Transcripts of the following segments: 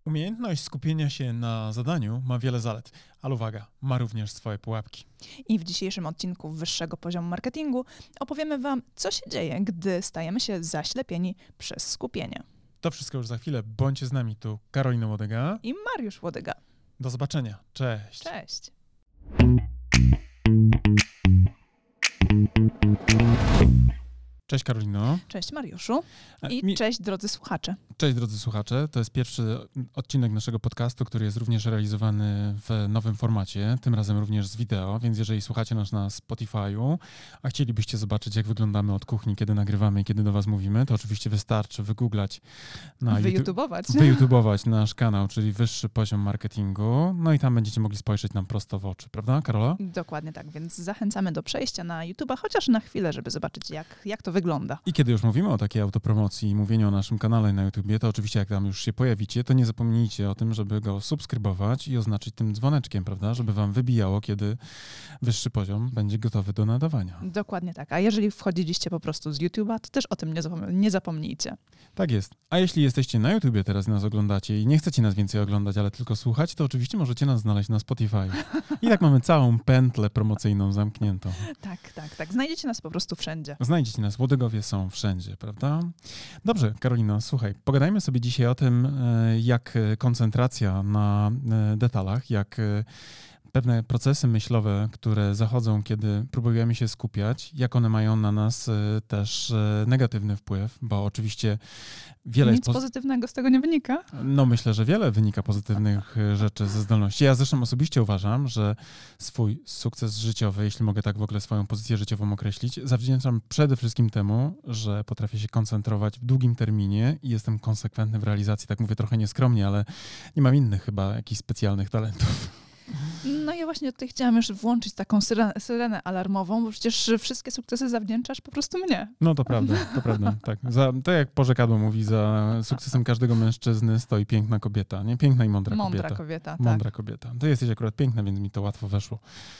Umiejętność skupienia się na zadaniu ma wiele zalet, ale uwaga, ma również swoje pułapki. I w dzisiejszym odcinku Wyższego Poziomu Marketingu opowiemy Wam, co się dzieje, gdy stajemy się zaślepieni przez skupienie. To wszystko już za chwilę. Bądźcie z nami, tu Karolina Łodyga I Mariusz Łodyga. Do zobaczenia. Cześć. Cześć. Cześć Karolino. Cześć Mariuszu. I cześć drodzy słuchacze. Cześć drodzy słuchacze. To jest pierwszy odcinek naszego podcastu, który jest również realizowany w nowym formacie, tym razem również z wideo, więc jeżeli słuchacie nas na Spotify'u, a chcielibyście zobaczyć, jak wyglądamy od kuchni, kiedy nagrywamy i kiedy do was mówimy, to oczywiście wystarczy wygooglać wyjutubować nasz kanał, czyli Wyższy Poziom Marketingu, no i tam będziecie mogli spojrzeć nam prosto w oczy, prawda Karola? Dokładnie tak, więc zachęcamy do przejścia na YouTube'a, chociaż na chwilę, żeby zobaczyć, jak to wygląda. I kiedy już mówimy o takiej autopromocji i mówieniu o naszym kanale na YouTubie, to oczywiście jak tam już się pojawicie, to nie zapomnijcie o tym, żeby go subskrybować i oznaczyć tym dzwoneczkiem, prawda? Żeby wam wybijało, kiedy Wyższy Poziom będzie gotowy do nadawania. Dokładnie tak. A jeżeli wchodziliście po prostu z YouTube'a, to też o tym nie zapomnijcie. Tak jest. A jeśli jesteście na YouTubie, teraz nas oglądacie i nie chcecie nas więcej oglądać, ale tylko słuchać, to oczywiście możecie nas znaleźć na Spotify. I tak mamy całą pętlę promocyjną zamkniętą. Tak. Znajdziecie nas po prostu wszędzie. Znajdziecie nas. Łodygowie są wszędzie, prawda? Dobrze, Karolino, słuchaj, pogadajmy sobie dzisiaj o tym, jak koncentracja na detalach, jak pewne procesy myślowe, które zachodzą, kiedy próbujemy się skupiać, jak one mają na nas też negatywny wpływ, bo oczywiście wiele Nic pozytywnego z tego nie wynika. No myślę, że wiele wynika pozytywnych rzeczy ze zdolności. Ja zresztą osobiście uważam, że swój sukces życiowy, jeśli mogę tak w ogóle swoją pozycję życiową określić, zawdzięczam przede wszystkim temu, że potrafię się koncentrować w długim terminie i jestem konsekwentny w realizacji. Tak mówię trochę nieskromnie, ale nie mam innych chyba jakichś specjalnych talentów. No i właśnie tutaj chciałam już włączyć taką syrenę alarmową, bo przecież wszystkie sukcesy zawdzięczasz po prostu mnie. No to prawda, tak. To jak porzekadło mówi, za sukcesem każdego mężczyzny stoi piękna kobieta, nie? Piękna i mądra kobieta. Mądra kobieta. Ty jesteś akurat piękna, więc mi to łatwo weszło.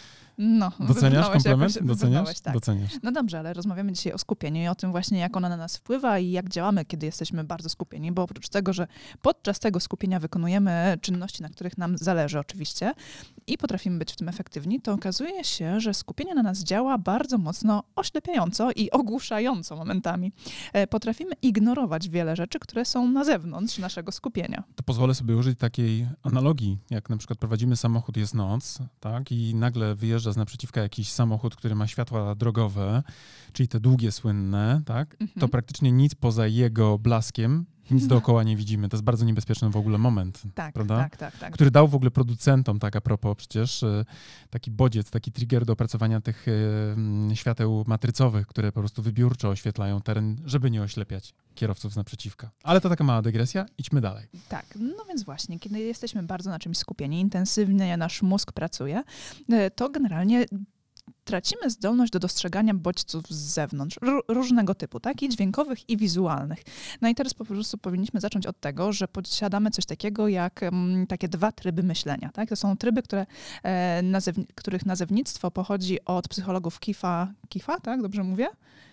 No, doceniasz komplement? Tak. Doceniasz. No dobrze, ale rozmawiamy dzisiaj o skupieniu i o tym właśnie, jak ona na nas wpływa i jak działamy, kiedy jesteśmy bardzo skupieni, bo oprócz tego, że podczas tego skupienia wykonujemy czynności, na których nam zależy oczywiście i potrafimy być w tym efektywni, to okazuje się, że skupienie na nas działa bardzo mocno oślepiająco i ogłuszająco momentami. Potrafimy ignorować wiele rzeczy, które są na zewnątrz naszego skupienia. To pozwolę sobie użyć takiej analogii, jak na przykład prowadzimy samochód, jest noc, tak, i nagle wyjeżdża z naprzeciwka jakiś samochód, który ma światła drogowe, czyli te długie, słynne, tak, to praktycznie nic poza jego blaskiem, nic dookoła nie widzimy. To jest bardzo niebezpieczny w ogóle moment, prawda? Tak. Który dał w ogóle producentom, tak a propos przecież, taki bodziec, taki trigger do opracowania tych świateł matrycowych, które po prostu wybiórczo oświetlają teren, żeby nie oślepiać kierowców z naprzeciwka. Ale to taka mała dygresja, idźmy dalej. Tak, no więc właśnie, kiedy jesteśmy bardzo na czymś skupieni, intensywnie nasz mózg pracuje, to generalnie tracimy zdolność do dostrzegania bodźców z zewnątrz, różnego typu, tak? I dźwiękowych, i wizualnych. No i teraz po prostu powinniśmy zacząć od tego, że posiadamy coś takiego jak takie dwa tryby myślenia, tak? To są tryby, których nazewnictwo pochodzi od psychologów Kiefa, tak? Dobrze mówię?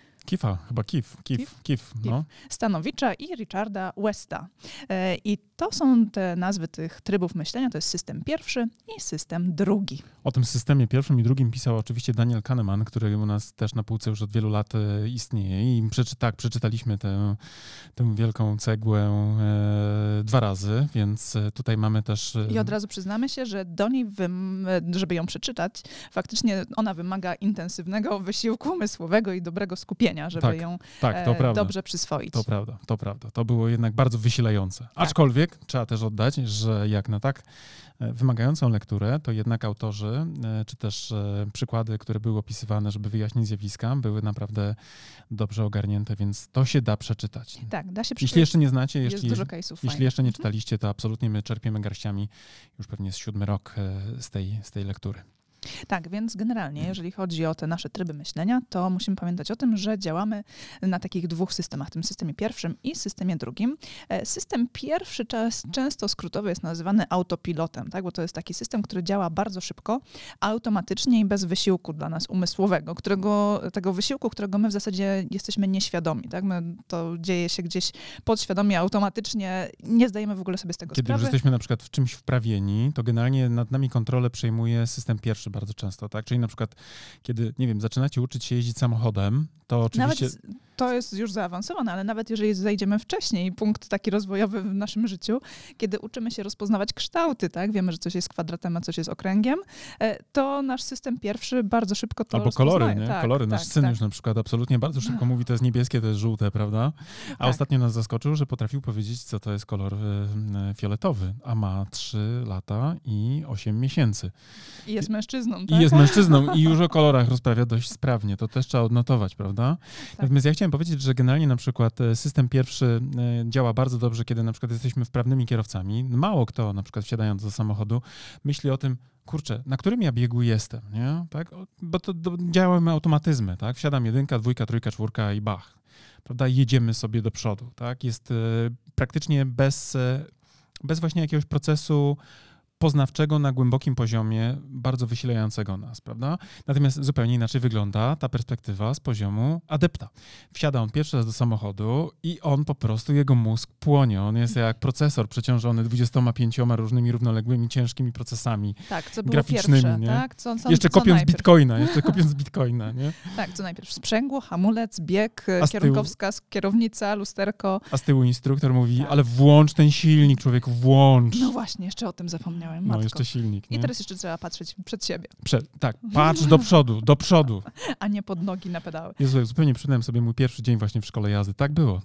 Kieff, no. Stanowicza i Richarda Westa. I to są te nazwy tych trybów myślenia, to jest system pierwszy i system drugi. O tym systemie pierwszym i drugim pisał oczywiście Daniel Kahneman, który u nas też na półce już od wielu lat istnieje i przeczytaliśmy tę wielką cegłę 2 razy, więc tutaj mamy też... I od razu przyznamy się, że do niej, żeby ją przeczytać, faktycznie ona wymaga intensywnego wysiłku umysłowego i dobrego skupienia, żeby ją dobrze przyswoić. To prawda. To było jednak bardzo wysilające. Aczkolwiek trzeba też oddać, że jak na tak wymagającą lekturę, to jednak autorzy, czy też przykłady, które były opisywane, żeby wyjaśnić zjawiska, były naprawdę dobrze ogarnięte, więc to się da przeczytać. Tak, da się przeczytać. Jeśli jeszcze nie znacie, jest dużo case'ów jeśli jeszcze nie czytaliście, to absolutnie my czerpiemy garściami już pewnie z 7. rok z tej lektury. Tak, więc generalnie, jeżeli chodzi o te nasze tryby myślenia, to musimy pamiętać o tym, że działamy na takich dwóch systemach, tym systemie pierwszym i systemie drugim. System pierwszy często skrótowo jest nazywany autopilotem, tak? Bo to jest taki system, który działa bardzo szybko, automatycznie i bez wysiłku dla nas umysłowego, tego wysiłku, którego my w zasadzie jesteśmy nieświadomi. Tak? To dzieje się gdzieś podświadomie, automatycznie, nie zdajemy w ogóle sobie z tego sprawy. Kiedy już jesteśmy na przykład w czymś wprawieni, to generalnie nad nami kontrolę przejmuje system pierwszy bardzo często, tak? Czyli na przykład, kiedy, nie wiem, zaczynacie uczyć się jeździć samochodem, to oczywiście... To jest już zaawansowane, ale nawet jeżeli zajdziemy wcześniej, punkt taki rozwojowy w naszym życiu, kiedy uczymy się rozpoznawać kształty, tak? Wiemy, że coś jest kwadratem, a coś jest okręgiem, to nasz system pierwszy bardzo szybko to albo rozpoznaje. kolory, nie? Tak, Kolory. Nasz syn już na przykład absolutnie bardzo szybko mówi, to jest niebieskie, to jest żółte, prawda? A ostatnio nas zaskoczył, że potrafił powiedzieć, co to jest kolor fioletowy, a ma 3 lata i 8 miesięcy. I jest mężczyzną, tak? I jest mężczyzną i już o kolorach rozprawia dość sprawnie. To też trzeba odnotować, prawda? Tak. Natomiast ja chciałem powiedzieć, że generalnie na przykład system pierwszy działa bardzo dobrze, kiedy na przykład jesteśmy wprawnymi kierowcami. Mało kto na przykład wsiadając do samochodu myśli o tym, kurczę, na którym ja biegu jestem, nie? Tak? Bo to działamy automatyzmy, tak? Wsiadam 1, 2, 3, 4 i bach. Prawda? Jedziemy sobie do przodu, tak? Jest praktycznie bez właśnie jakiegoś procesu poznawczego na głębokim poziomie, bardzo wysilającego nas, prawda? Natomiast zupełnie inaczej wygląda ta perspektywa z poziomu adepta. Wsiada on pierwszy raz do samochodu i on po prostu, jego mózg płonie. On jest jak procesor przeciążony 25 różnymi równoległymi, ciężkimi procesami tak, co było graficznymi. Pierwsze, nie? tak? Jeszcze kopiąc bitcoina, nie? Tak, co najpierw sprzęgło, hamulec, bieg, kierunkowskaz, kierownica, lusterko. A z tyłu instruktor mówi, tak. Ale włącz ten silnik, człowieku, włącz. No właśnie, jeszcze o tym zapomniałem. Matko. No, jeszcze silnik. Nie? I teraz jeszcze trzeba patrzeć przed siebie. Tak, patrz do przodu. A nie pod nogi na pedały. Jezu, zupełnie przypomniałem sobie mój pierwszy dzień właśnie w szkole jazdy. Tak było.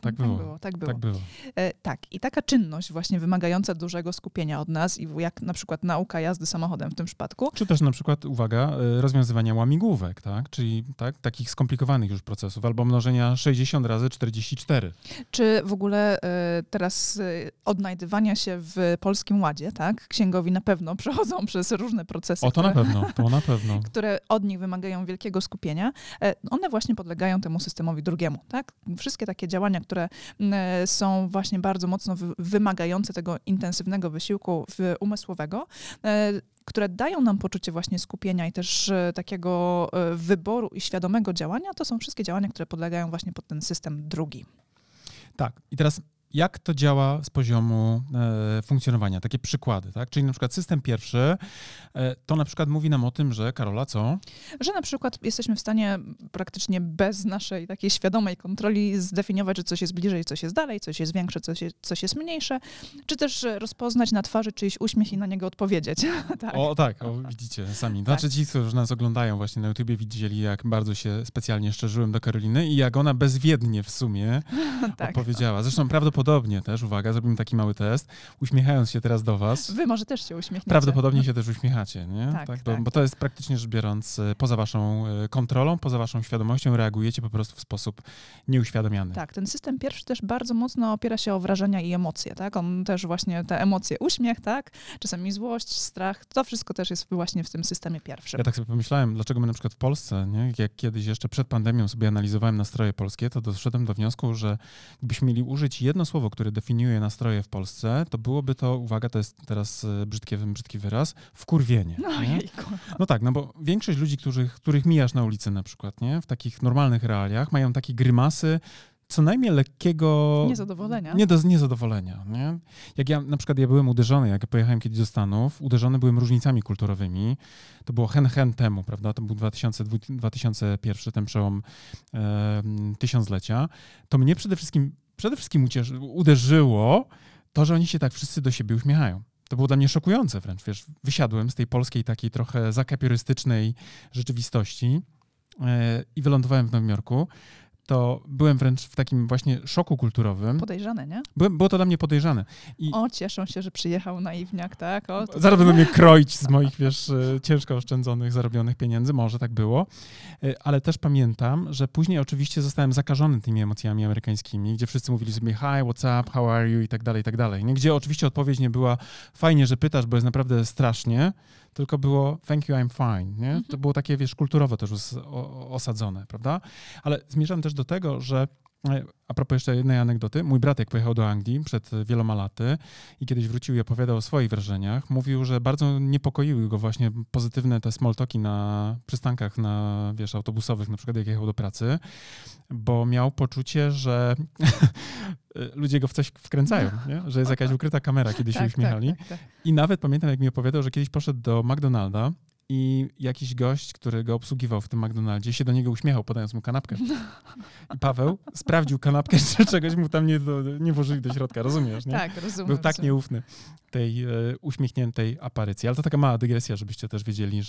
Tak, i taka czynność właśnie wymagająca dużego skupienia od nas i jak na przykład nauka jazdy samochodem w tym przypadku. Czy też na przykład, uwaga, rozwiązywania łamigłówek, tak? Czyli takich skomplikowanych już procesów, albo mnożenia 60 razy 44. Czy w ogóle teraz odnajdywania się w Polskim Ładzie, tak? Księgowi na pewno przechodzą przez różne procesy. To na pewno. Które od nich wymagają wielkiego skupienia. One właśnie podlegają temu systemowi drugiemu, tak? Wszystkie takie działania, które są właśnie bardzo mocno wymagające tego intensywnego wysiłku umysłowego, które dają nam poczucie właśnie skupienia i też takiego wyboru i świadomego działania, to są wszystkie działania, które podlegają właśnie pod ten system drugi. Tak. I teraz jak to działa z poziomu funkcjonowania? Takie przykłady, tak? Czyli na przykład system pierwszy, to na przykład mówi nam o tym, że Karola, co? Że na przykład jesteśmy w stanie praktycznie bez naszej takiej świadomej kontroli zdefiniować, że coś jest bliżej, coś jest dalej, coś jest większe, coś jest mniejsze, czy też rozpoznać na twarzy czyjś uśmiech i na niego odpowiedzieć. Tak. Widzicie sami. Znaczy ci, którzy nas oglądają właśnie na YouTubie, widzieli, jak bardzo się specjalnie szczerzyłem do Karoliny i jak ona bezwiednie w sumie odpowiedziała. Zresztą prawdopodobnie też, uwaga, zrobimy taki mały test, uśmiechając się teraz do was. Wy może też się uśmiechniecie. Prawdopodobnie się też uśmiechacie, nie? Tak. Bo to jest praktycznie rzecz biorąc poza waszą kontrolą, poza waszą świadomością, reagujecie po prostu w sposób nieuświadomiony. Tak, ten system pierwszy też bardzo mocno opiera się o wrażenia i emocje, tak? On też właśnie te emocje, uśmiech, tak? Czasami złość, strach, to wszystko też jest właśnie w tym systemie pierwszym. Ja tak sobie pomyślałem, dlaczego my na przykład w Polsce, nie? Jak kiedyś jeszcze przed pandemią sobie analizowałem nastroje polskie, to doszedłem do wniosku, że gdybyśmy mieli użyć jedno słowo, które definiuje nastroje w Polsce, to byłoby to, uwaga, to jest teraz brzydki wyraz, wkurwienie. No tak, no bo większość ludzi, których mijasz na ulicy na przykład, nie? W takich normalnych realiach mają takie grymasy, co najmniej lekkiego... Niezadowolenia. Niezadowolenia, nie? Jak ja byłem uderzony, jak pojechałem kiedyś do Stanów, uderzony byłem różnicami kulturowymi. To było hen temu, prawda? To był 2001, ten przełom tysiąclecia. To mnie przede wszystkim uderzyło to, że oni się tak wszyscy do siebie uśmiechają. To było dla mnie szokujące wręcz, wiesz, wysiadłem z tej polskiej takiej trochę zakapiorystycznej rzeczywistości i wylądowałem w Nowym Jorku. To byłem wręcz w takim właśnie szoku kulturowym. Podejrzane, nie? Było to dla mnie podejrzane. Cieszą się, że przyjechał naiwniak, tak? Zaraz będą mnie kroić z moich, wiesz, ciężko oszczędzonych, zarobionych pieniędzy. Może tak było. Ale też pamiętam, że później oczywiście zostałem zakażony tymi emocjami amerykańskimi, gdzie wszyscy mówili sobie hi, what's up, how are you i tak dalej, i tak dalej. Gdzie oczywiście odpowiedź nie była fajnie, że pytasz, bo jest naprawdę strasznie. tylko było thank you, I'm fine, nie? To było takie, wiesz, kulturowo też osadzone, prawda? Ale zmierzam też do tego, że a propos jeszcze jednej anegdoty, mój brat jak pojechał do Anglii przed wieloma laty i kiedyś wrócił i opowiadał o swoich wrażeniach, mówił, że bardzo niepokoiły go właśnie pozytywne te small talki na przystankach wiesz, autobusowych, na przykład jak jechał do pracy, bo miał poczucie, że ludzie go w coś wkręcają, nie? Że jest jakaś ukryta kamera, kiedy się uśmiechali. Tak. I nawet pamiętam, jak mi opowiadał, że kiedyś poszedł do McDonalda i jakiś gość, który go obsługiwał w tym McDonaldzie, się do niego uśmiechał, podając mu kanapkę. I Paweł sprawdził kanapkę, czy czegoś mu tam nie włożyli do środka, rozumiesz, nie? Tak, rozumiem. Był tak nieufny tej uśmiechniętej aparycji. Ale to taka mała dygresja, żebyście też wiedzieli,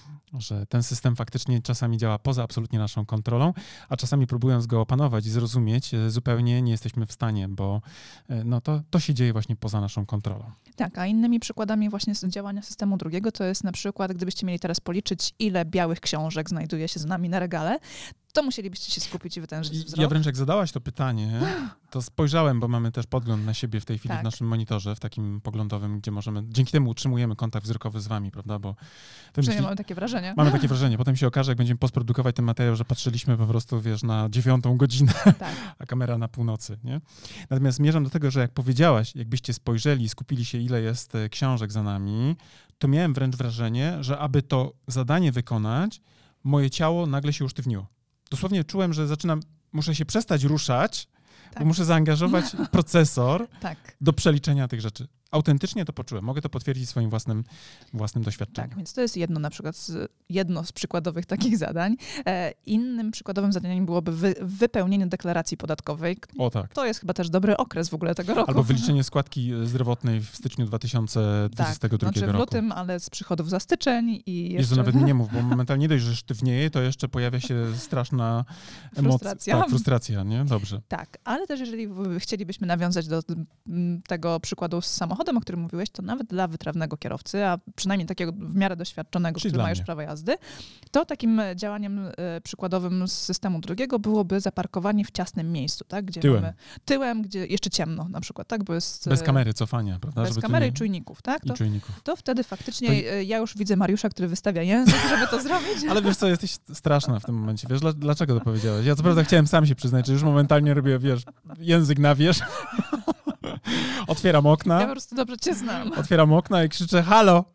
że ten system faktycznie czasami działa poza absolutnie naszą kontrolą, a czasami próbując go opanować i zrozumieć, zupełnie nie jesteśmy w stanie, bo no to się dzieje właśnie poza naszą kontrolą. Tak, a innymi przykładami właśnie działania systemu drugiego to jest na przykład, gdybyście mieli teraz policzyć, ile białych książek znajduje się z nami na regale, to musielibyście się skupić i wytężyć wzrok. Ja wręcz jak zadałaś to pytanie, to spojrzałem, bo mamy też podgląd na siebie w tej chwili w naszym monitorze, w takim poglądowym, gdzie możemy, dzięki temu utrzymujemy kontakt wzrokowy z wami, prawda, bo... Przynajmniej mamy takie wrażenie. Mamy takie wrażenie. Potem się okaże, jak będziemy postprodukować ten materiał, że patrzyliśmy po prostu, wiesz, na 9 godzinę, a kamera na północy, nie? Natomiast zmierzam do tego, że jak powiedziałaś, jakbyście spojrzeli i skupili się, ile jest książek za nami, to miałem wręcz wrażenie, że aby to zadanie wykonać, moje ciało nagle się usztywniło. Dosłownie czułem, że muszę się przestać ruszać, bo muszę zaangażować procesor do przeliczenia tych rzeczy. Autentycznie to poczułem. Mogę to potwierdzić swoim własnym doświadczeniem. Tak, więc to jest jedno z przykładowych takich zadań. Innym przykładowym zadaniem byłoby wypełnienie deklaracji podatkowej. O tak. To jest chyba też dobry okres w ogóle tego roku. Albo wyliczenie składki zdrowotnej w styczniu 2022 roku. Znaczy w lutym, ale z przychodów za styczeń i jeszcze... Jezu, nawet mi nie mów, bo momentalnie nie dość, że sztywnieje, to jeszcze pojawia się straszna frustracja. Tak, frustracja, nie? Dobrze. Tak, ale też jeżeli chcielibyśmy nawiązać do tego przykładu z samochodem, o którym mówiłeś, to nawet dla wytrawnego kierowcy, a przynajmniej takiego w miarę doświadczonego, który ma już prawo jazdy, to takim działaniem przykładowym z systemu drugiego byłoby zaparkowanie w ciasnym miejscu, tak? Gdzie tyłem, gdzie jeszcze ciemno na przykład, tak? Bo jest, bez kamery cofania, prawda? Bez kamery i czujników, tak? Czujników. To wtedy faktycznie ja już widzę Mariusza, który wystawia język, żeby to zrobić. Ale wiesz co, jesteś straszna w tym momencie. Wiesz, dlaczego to powiedziałeś? Ja co prawda chciałem sam się przyznać, że już momentalnie robię, wiesz, język na wierzch. Otwieram okna. Ja po prostu dobrze cię znam. Otwieram okna i krzyczę halo,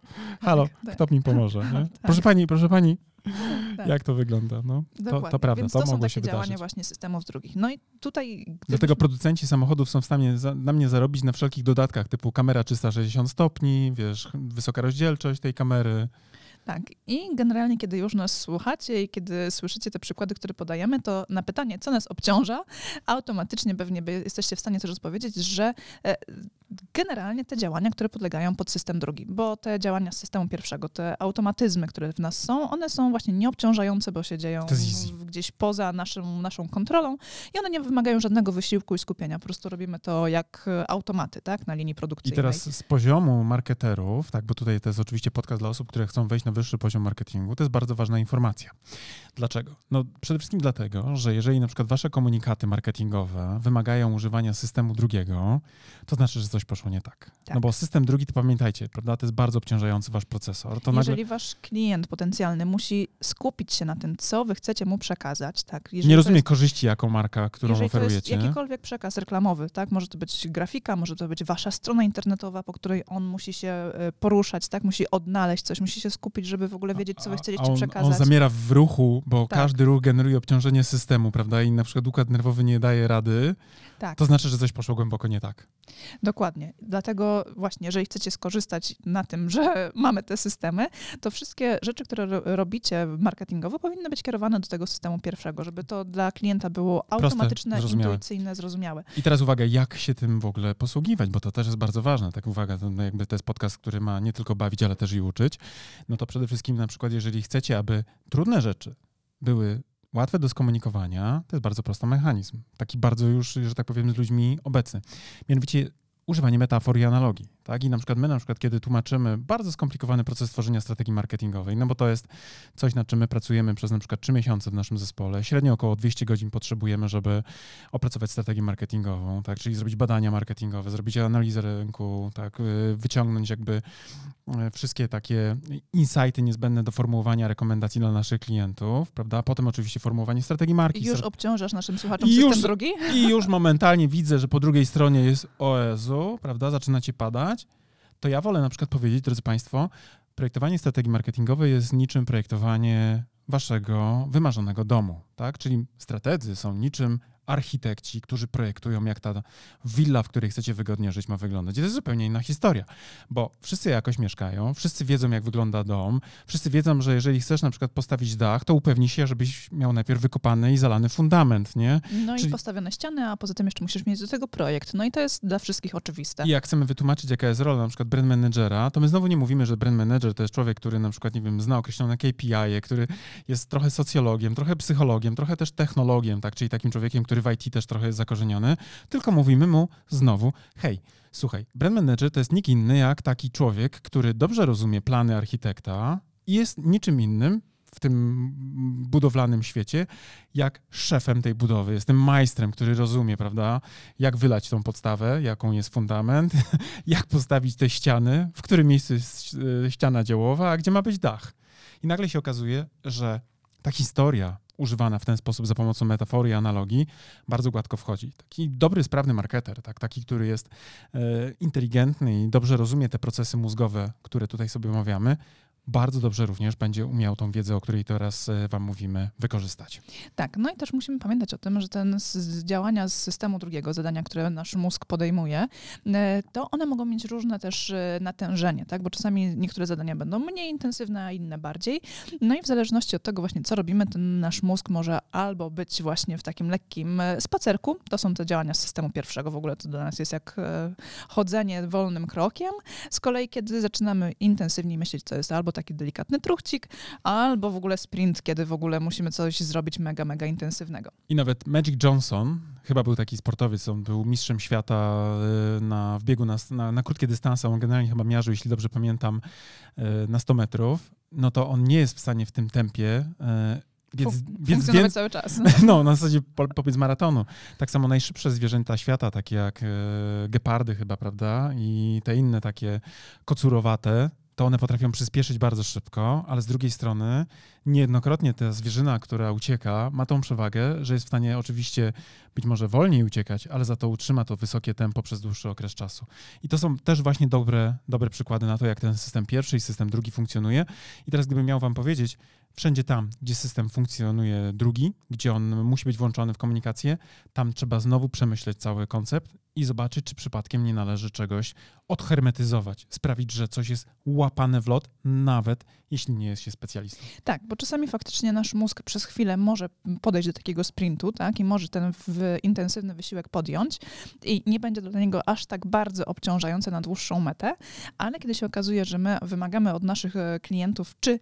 kto mi pomoże? Nie? Proszę pani. Tak. Jak to wygląda? No, to prawda, więc to mogło się takie wydarzyć. Działania właśnie systemów drugich. No i tutaj... Dlatego producenci samochodów są w stanie na mnie zarobić na wszelkich dodatkach, typu kamera 360 stopni, wiesz, wysoka rozdzielczość tej kamery. Tak. I generalnie, kiedy już nas słuchacie i kiedy słyszycie te przykłady, które podajemy, to na pytanie, co nas obciąża, automatycznie pewnie jesteście w stanie też odpowiedzieć, że generalnie te działania, które podlegają pod system drugi, bo te działania z systemu pierwszego, te automatyzmy, które w nas są, one są właśnie nieobciążające, bo się dzieją gdzieś poza naszą kontrolą i one nie wymagają żadnego wysiłku i skupienia. Po prostu robimy to jak automaty, tak, na linii produkcyjnej. I teraz z poziomu marketerów, tak, bo tutaj to jest oczywiście podcast dla osób, które chcą wejść na wyższy poziom marketingu, to jest bardzo ważna informacja. Dlaczego? No przede wszystkim dlatego, że jeżeli na przykład wasze komunikaty marketingowe wymagają używania systemu drugiego, to znaczy, że coś poszło nie tak. No bo system drugi, to pamiętajcie, prawda, to jest bardzo obciążający wasz procesor. To jeżeli wasz klient potencjalny musi skupić się na tym, co wy chcecie mu przekazać, tak? Nie rozumie korzyści jako marka, którą oferujecie. To jest jakikolwiek przekaz reklamowy, tak? Może to być grafika, może to być wasza strona internetowa, po której on musi się poruszać, tak? Musi odnaleźć coś, musi się skupić, żeby w ogóle wiedzieć, co wy chcecie przekazać. On zamiera w ruchu, bo każdy ruch generuje obciążenie systemu, prawda? I na przykład układ nerwowy nie daje rady. Tak. To znaczy, że coś poszło głęboko nie tak. Dokładnie. Dlatego właśnie, jeżeli chcecie skorzystać na tym, że mamy te systemy, to wszystkie rzeczy, które robicie marketingowo, powinny być kierowane do tego systemu pierwszego, żeby to dla klienta było automatyczne, proste, intuicyjne, zrozumiałe. I teraz uwaga, jak się tym w ogóle posługiwać, bo to też jest bardzo ważne. Tak, uwaga, to jest podcast, który ma nie tylko bawić, ale też i uczyć. No to przede wszystkim na przykład, jeżeli chcecie, aby trudne rzeczy były łatwe do skomunikowania, to jest bardzo prosty mechanizm. Taki bardzo już, że tak powiem, z ludźmi obecny. Mianowicie używanie metafor i analogii. tak? I na przykład kiedy tłumaczymy bardzo skomplikowany proces tworzenia strategii marketingowej, no bo to jest coś, nad czym my pracujemy przez na przykład 3 miesiące w naszym zespole. Średnio około 200 godzin potrzebujemy, żeby opracować strategię marketingową, tak? Czyli zrobić badania marketingowe, zrobić analizę rynku, tak? Wyciągnąć jakby wszystkie takie insighty niezbędne do formułowania rekomendacji dla naszych klientów, prawda? A potem oczywiście formułowanie strategii marki. I już obciążasz naszym słuchaczom system drugi? I już momentalnie widzę, że po drugiej stronie jest o Jezu, prawda? Zaczyna ci padać. To ja wolę na przykład powiedzieć, drodzy Państwo, projektowanie strategii marketingowej jest niczym projektowanie waszego wymarzonego domu, tak? Czyli strategzy są niczym architekci, którzy projektują, jak ta willa, w której chcecie wygodnie żyć, ma wyglądać. I to jest zupełnie inna historia, bo wszyscy jakoś mieszkają, wszyscy wiedzą, jak wygląda dom, wszyscy wiedzą, że jeżeli chcesz na przykład postawić dach, to upewnij się, żebyś miał najpierw wykopany i zalany fundament, nie? No i postawione ściany, a poza tym jeszcze musisz mieć do tego projekt. No i to jest dla wszystkich oczywiste. I jak chcemy wytłumaczyć, jaka jest rola na przykład brand managera, to my znowu nie mówimy, że brand manager to jest człowiek, który na przykład, nie wiem, zna określone KPI, który jest trochę socjologiem, trochę psychologiem, trochę też technologiem, tak? Czyli takim człowiekiem, który w IT też trochę jest zakorzeniony, tylko mówimy mu znowu, hej, słuchaj, brand manager to jest nikt inny jak taki człowiek, który dobrze rozumie plany architekta i jest niczym innym w tym budowlanym świecie, jak szefem tej budowy. Jest tym majstrem, który rozumie, prawda, jak wylać tą podstawę, jaką jest fundament, jak postawić te ściany, w którym miejscu jest ściana działowa, a gdzie ma być dach. I nagle się okazuje, że ta historia używana w ten sposób za pomocą metafory i analogii bardzo gładko wchodzi. Taki dobry, sprawny marketer, tak? Taki, który jest inteligentny i dobrze rozumie te procesy mózgowe, które tutaj sobie omawiamy, bardzo dobrze również będzie umiał tą wiedzę, o której teraz wam mówimy, wykorzystać. Tak, no i też musimy pamiętać o tym, że ten z działania z systemu drugiego, zadania, które nasz mózg podejmuje, to one mogą mieć różne też natężenie, tak? Bo czasami niektóre zadania będą mniej intensywne, a inne bardziej. No i w zależności od tego właśnie, co robimy, ten nasz mózg może albo być właśnie w takim lekkim spacerku, to są te działania z systemu pierwszego, w ogóle to dla nas jest jak chodzenie wolnym krokiem. Z kolei, kiedy zaczynamy intensywniej myśleć, co jest albo taki delikatny truchcik, albo w ogóle sprint, kiedy w ogóle musimy coś zrobić mega, mega intensywnego. I nawet Magic Johnson, chyba był taki sportowiec, on był mistrzem świata w biegu na krótkie dystanse, on generalnie chyba miarzył, jeśli dobrze pamiętam, na 100 metrów, no to on nie jest w stanie w tym tempie funkcjonować cały czas. No, na zasadzie powiedz maratonu. Tak samo najszybsze zwierzęta świata, takie jak gepardy chyba, prawda? I te inne takie kocurowate, to one potrafią przyspieszyć bardzo szybko, ale z drugiej strony niejednokrotnie ta zwierzyna, która ucieka, ma tą przewagę, że jest w stanie oczywiście być może wolniej uciekać, ale za to utrzyma to wysokie tempo przez dłuższy okres czasu. I to są też właśnie dobre przykłady na to, jak ten system pierwszy i system drugi funkcjonuje. I teraz gdybym miał wam powiedzieć, wszędzie tam, gdzie system funkcjonuje drugi, gdzie on musi być włączony w komunikację, tam trzeba znowu przemyśleć cały koncept i zobaczyć, czy przypadkiem nie należy czegoś odhermetyzować, sprawić, że coś jest łapane w lot, nawet jeśli nie jest się specjalistą. Tak, bo czasami faktycznie nasz mózg przez chwilę może podejść do takiego sprintu, tak, i może ten intensywny wysiłek podjąć i nie będzie dla niego aż tak bardzo obciążające na dłuższą metę, ale kiedy się okazuje, że my wymagamy od naszych klientów, czy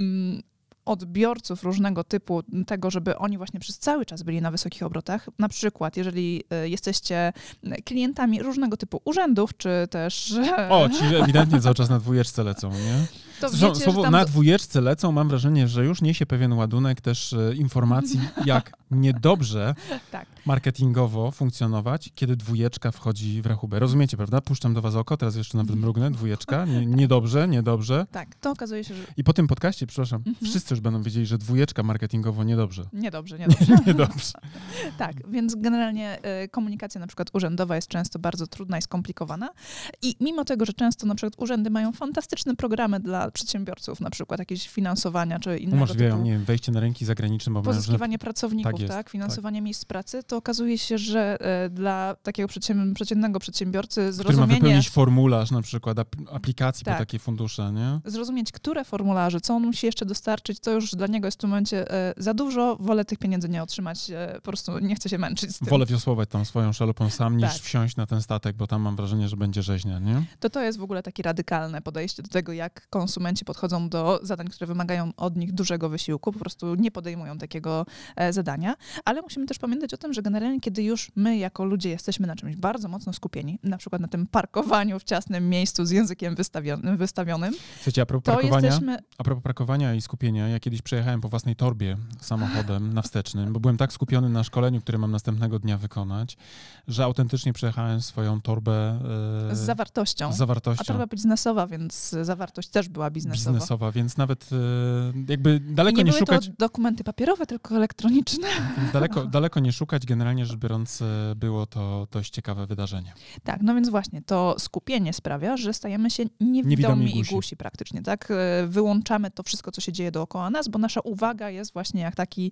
odbiorców różnego typu tego, żeby oni właśnie przez cały czas byli na wysokich obrotach. Na przykład, jeżeli jesteście klientami różnego typu urzędów, czy też... O, ci ewidentnie cały czas na dwójeczce lecą, nie? To Zresztą wiecie, słowo że tam... na dwójeczce lecą, mam wrażenie, że już niesie pewien ładunek też informacji, jak niedobrze tak. marketingowo funkcjonować, kiedy dwójeczka wchodzi w rachubę. Rozumiecie, prawda? Puszczam do was oko, teraz jeszcze nawet mrugnę, dwójeczka, niedobrze. Tak, to okazuje się, że... I po tym podcaście, przepraszam, wszyscy już będą wiedzieli, że dwójeczka marketingowo niedobrze. Niedobrze. Niedobrze. Tak, więc generalnie komunikacja na przykład urzędowa jest często bardzo trudna i skomplikowana i mimo tego, że często na przykład urzędy mają fantastyczne programy dla przedsiębiorców, na przykład jakieś finansowania czy innego umożliwiają, typu... nie wiem, wejście na rynki zagraniczne, bo pozyskiwanie pracowników, tak, finansowanie miejsc pracy, to okazuje się, że dla takiego przeciętnego przedsiębiorcy który ma wypełnić formularz na przykład aplikacji po takie fundusze, nie? Zrozumieć, które formularze, co on musi jeszcze dostarczyć, to już dla niego jest w tym momencie za dużo, wolę tych pieniędzy nie otrzymać, po prostu nie chcę się męczyć z tym. Wolę wiosłować tą swoją szalupą sam, niż wsiąść na ten statek, bo tam mam wrażenie, że będzie rzeźnia, nie? To jest w ogóle takie radykalne podejście do tego, jak konsumenci podchodzą do zadań, które wymagają od nich dużego wysiłku, po prostu nie podejmują takiego zadania, ale musimy też pamiętać o tym, że generalnie kiedy już my jako ludzie jesteśmy na czymś bardzo mocno skupieni, na przykład na tym parkowaniu w ciasnym miejscu z językiem wystawionym, słuchajcie, a propos parkowania i skupienia, ja kiedyś przejechałem po własnej torbie samochodem na wstecznym, bo byłem tak skupiony na szkoleniu, które mam następnego dnia wykonać, że autentycznie przejechałem swoją torbę z zawartością. A torba biznesowa, więc zawartość też była biznesowa. Więc nawet jakby daleko nie szukać. Nie były to dokumenty papierowe, tylko elektroniczne. Więc daleko nie szukać, generalnie rzecz biorąc było to dość ciekawe wydarzenie. Tak, no więc właśnie to skupienie sprawia, że stajemy się niewidomi i głusi praktycznie, tak? Wyłączamy to wszystko, co się dzieje dookoła nas, bo nasza uwaga jest właśnie jak taki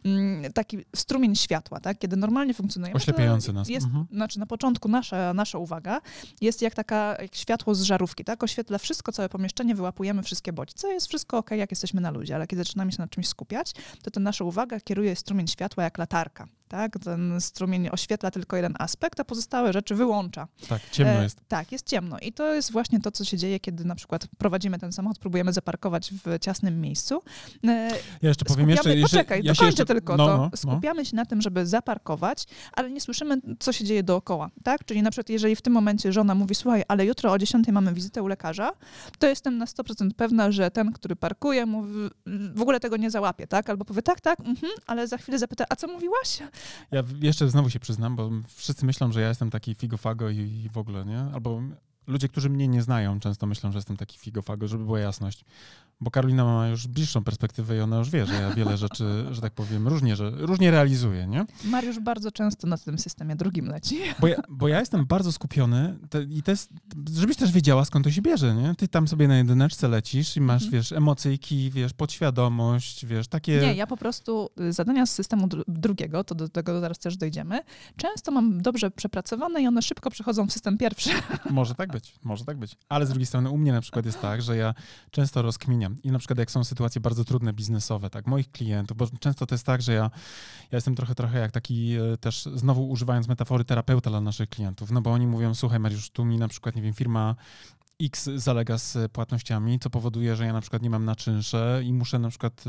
strumień światła, tak? Kiedy normalnie funkcjonujemy. Oślepiający nas. Znaczy na początku nasza uwaga jest jak światło z żarówki, tak? Oświetla wszystko, całe pomieszczenie, wyłapujemy wszystkie bodźce, jest wszystko okej, jak jesteśmy na luzie, ale kiedy zaczynamy się na czymś skupiać, to ta nasza uwaga kieruje strumień światła jak latarka. Tak? Ten strumień oświetla tylko jeden aspekt, a pozostałe rzeczy wyłącza. Tak, ciemno jest. Tak, jest ciemno. I to jest właśnie to, co się dzieje, kiedy na przykład prowadzimy ten samochód, próbujemy zaparkować w ciasnym miejscu. Ja jeszcze powiem Poczekaj, dokończę tylko. Skupiamy się na tym, żeby zaparkować, ale nie słyszymy, co się dzieje dookoła. Tak? Czyli na przykład, jeżeli w tym momencie żona mówi, słuchaj, ale jutro o 10 mamy wizytę u lekarza, to jestem na 100% pewna, że ten, który parkuje, w ogóle tego nie załapie, tak? Albo powie, tak, ale za chwilę zapyta, a co mówiłaś? Ja jeszcze znowu się przyznam, bo wszyscy myślą, że ja jestem taki figofago i w ogóle, nie? Albo ludzie, którzy mnie nie znają, często myślą, że jestem taki figofago, żeby była jasność. Bo Karolina ma już bliższą perspektywę i ona już wie, że ja wiele rzeczy, że tak powiem, różnie realizuję, nie? Mariusz bardzo często na tym systemie drugim leci. Bo ja jestem bardzo skupiony i to jest, żebyś też wiedziała, skąd to się bierze, nie? Ty tam sobie na jedyneczce lecisz i masz, wiesz, emocjki, wiesz, podświadomość, wiesz, takie... Nie, ja po prostu zadania z systemu drugiego, to do tego zaraz też dojdziemy, często mam dobrze przepracowane i one szybko przechodzą w system pierwszy. Może tak być. Ale z drugiej strony u mnie na przykład jest tak, że ja często rozkminiam. I na przykład jak są sytuacje bardzo trudne, biznesowe, tak, moich klientów, bo często to jest tak, że ja jestem trochę jak taki też, znowu używając metafory, terapeuta dla naszych klientów, no bo oni mówią, słuchaj Mariusz, tu mi na przykład, nie wiem, firma X zalega z płatnościami, co powoduje, że ja na przykład nie mam na czynsze i muszę na przykład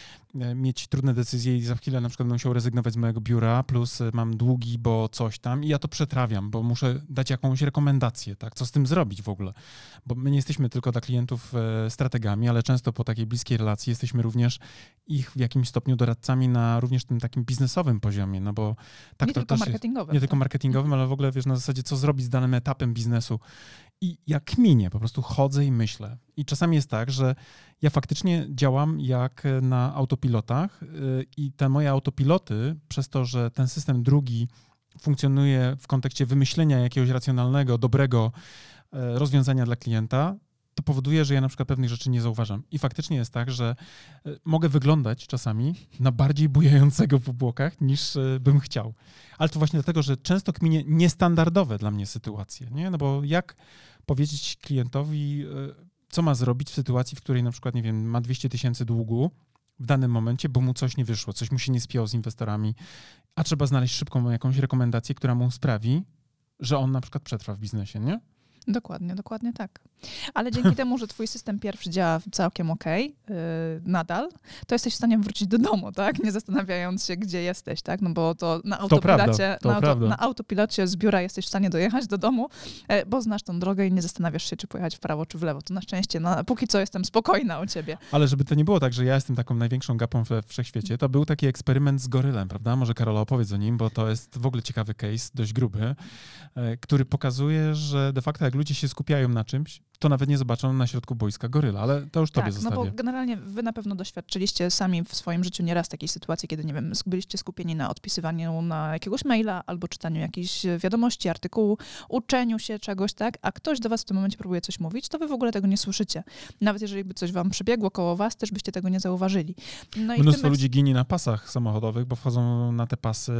mieć trudne decyzje i za chwilę na przykład będę musiał rezygnować z mojego biura, plus mam długi, bo coś tam i ja to przetrawiam, bo muszę dać jakąś rekomendację, tak, co z tym zrobić w ogóle, bo my nie jesteśmy tylko dla klientów strategami, ale często po takiej bliskiej relacji jesteśmy również ich w jakimś stopniu doradcami na również tym takim biznesowym poziomie, no bo tak nie to tylko też marketingowym. Nie tylko marketingowym, ale w ogóle wiesz na zasadzie, co zrobić z danym etapem biznesu. I ja kminię, po prostu chodzę i myślę. I czasami jest tak, że ja faktycznie działam jak na autopilotach i te moje autopiloty, przez to, że ten system drugi funkcjonuje w kontekście wymyślenia jakiegoś racjonalnego, dobrego rozwiązania dla klienta, to powoduje, że ja na przykład pewnych rzeczy nie zauważam. I faktycznie jest tak, że mogę wyglądać czasami na bardziej bujającego w obłokach niż bym chciał. Ale to właśnie dlatego, że często kminie niestandardowe dla mnie sytuacje, nie? No bo jak powiedzieć klientowi, co ma zrobić w sytuacji, w której na przykład, nie wiem, ma 200 000 długu w danym momencie, bo mu coś nie wyszło, coś mu się nie spięło z inwestorami, a trzeba znaleźć szybką jakąś rekomendację, która mu sprawi, że on na przykład przetrwa w biznesie, nie? Dokładnie tak. Ale dzięki temu, że twój system pierwszy działa całkiem okej, nadal, to jesteś w stanie wrócić do domu, tak? Nie zastanawiając się, gdzie jesteś, tak? No bo to na autopilocie, na autopilocie z biura jesteś w stanie dojechać do domu, bo znasz tą drogę i nie zastanawiasz się, czy pojechać w prawo, czy w lewo. To na szczęście, póki co jestem spokojna u ciebie. Ale żeby to nie było tak, że ja jestem taką największą gapą we wszechświecie, to był taki eksperyment z gorylem, prawda? Może Karola opowiedz o nim, bo to jest w ogóle ciekawy case, dość gruby, który pokazuje, że de facto jak ludzie się skupiają na czymś, to nawet nie zobaczą na środku boiska goryla, ale to już tobie zostawię. No bo generalnie wy na pewno doświadczyliście sami w swoim życiu nieraz takiej sytuacji, kiedy, nie wiem, byliście skupieni na odpisywaniu na jakiegoś maila albo czytaniu jakiejś wiadomości, artykułu, uczeniu się czegoś, tak? A ktoś do was w tym momencie próbuje coś mówić, to wy w ogóle tego nie słyszycie. Nawet jeżeli by coś wam przebiegło koło was, też byście tego nie zauważyli. No i mnóstwo ludzi ginie na pasach samochodowych, bo wchodzą na te pasy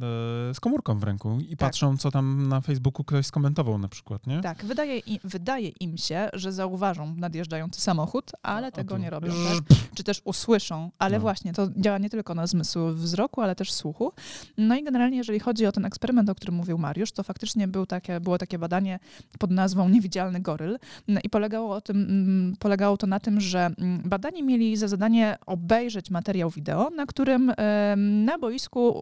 z komórką w ręku i patrzą, co tam na Facebooku ktoś skomentował na przykład, nie? Tak, wydaje im się, się, że zauważą nadjeżdżający samochód, ale tego nie robią. Tak? Czy też usłyszą, ale właśnie to działa nie tylko na zmysł wzroku, ale też słuchu. No i generalnie, jeżeli chodzi o ten eksperyment, o którym mówił Mariusz, to faktycznie było takie badanie pod nazwą Niewidzialny goryl i polegało to na tym, że badani mieli za zadanie obejrzeć materiał wideo, na którym na boisku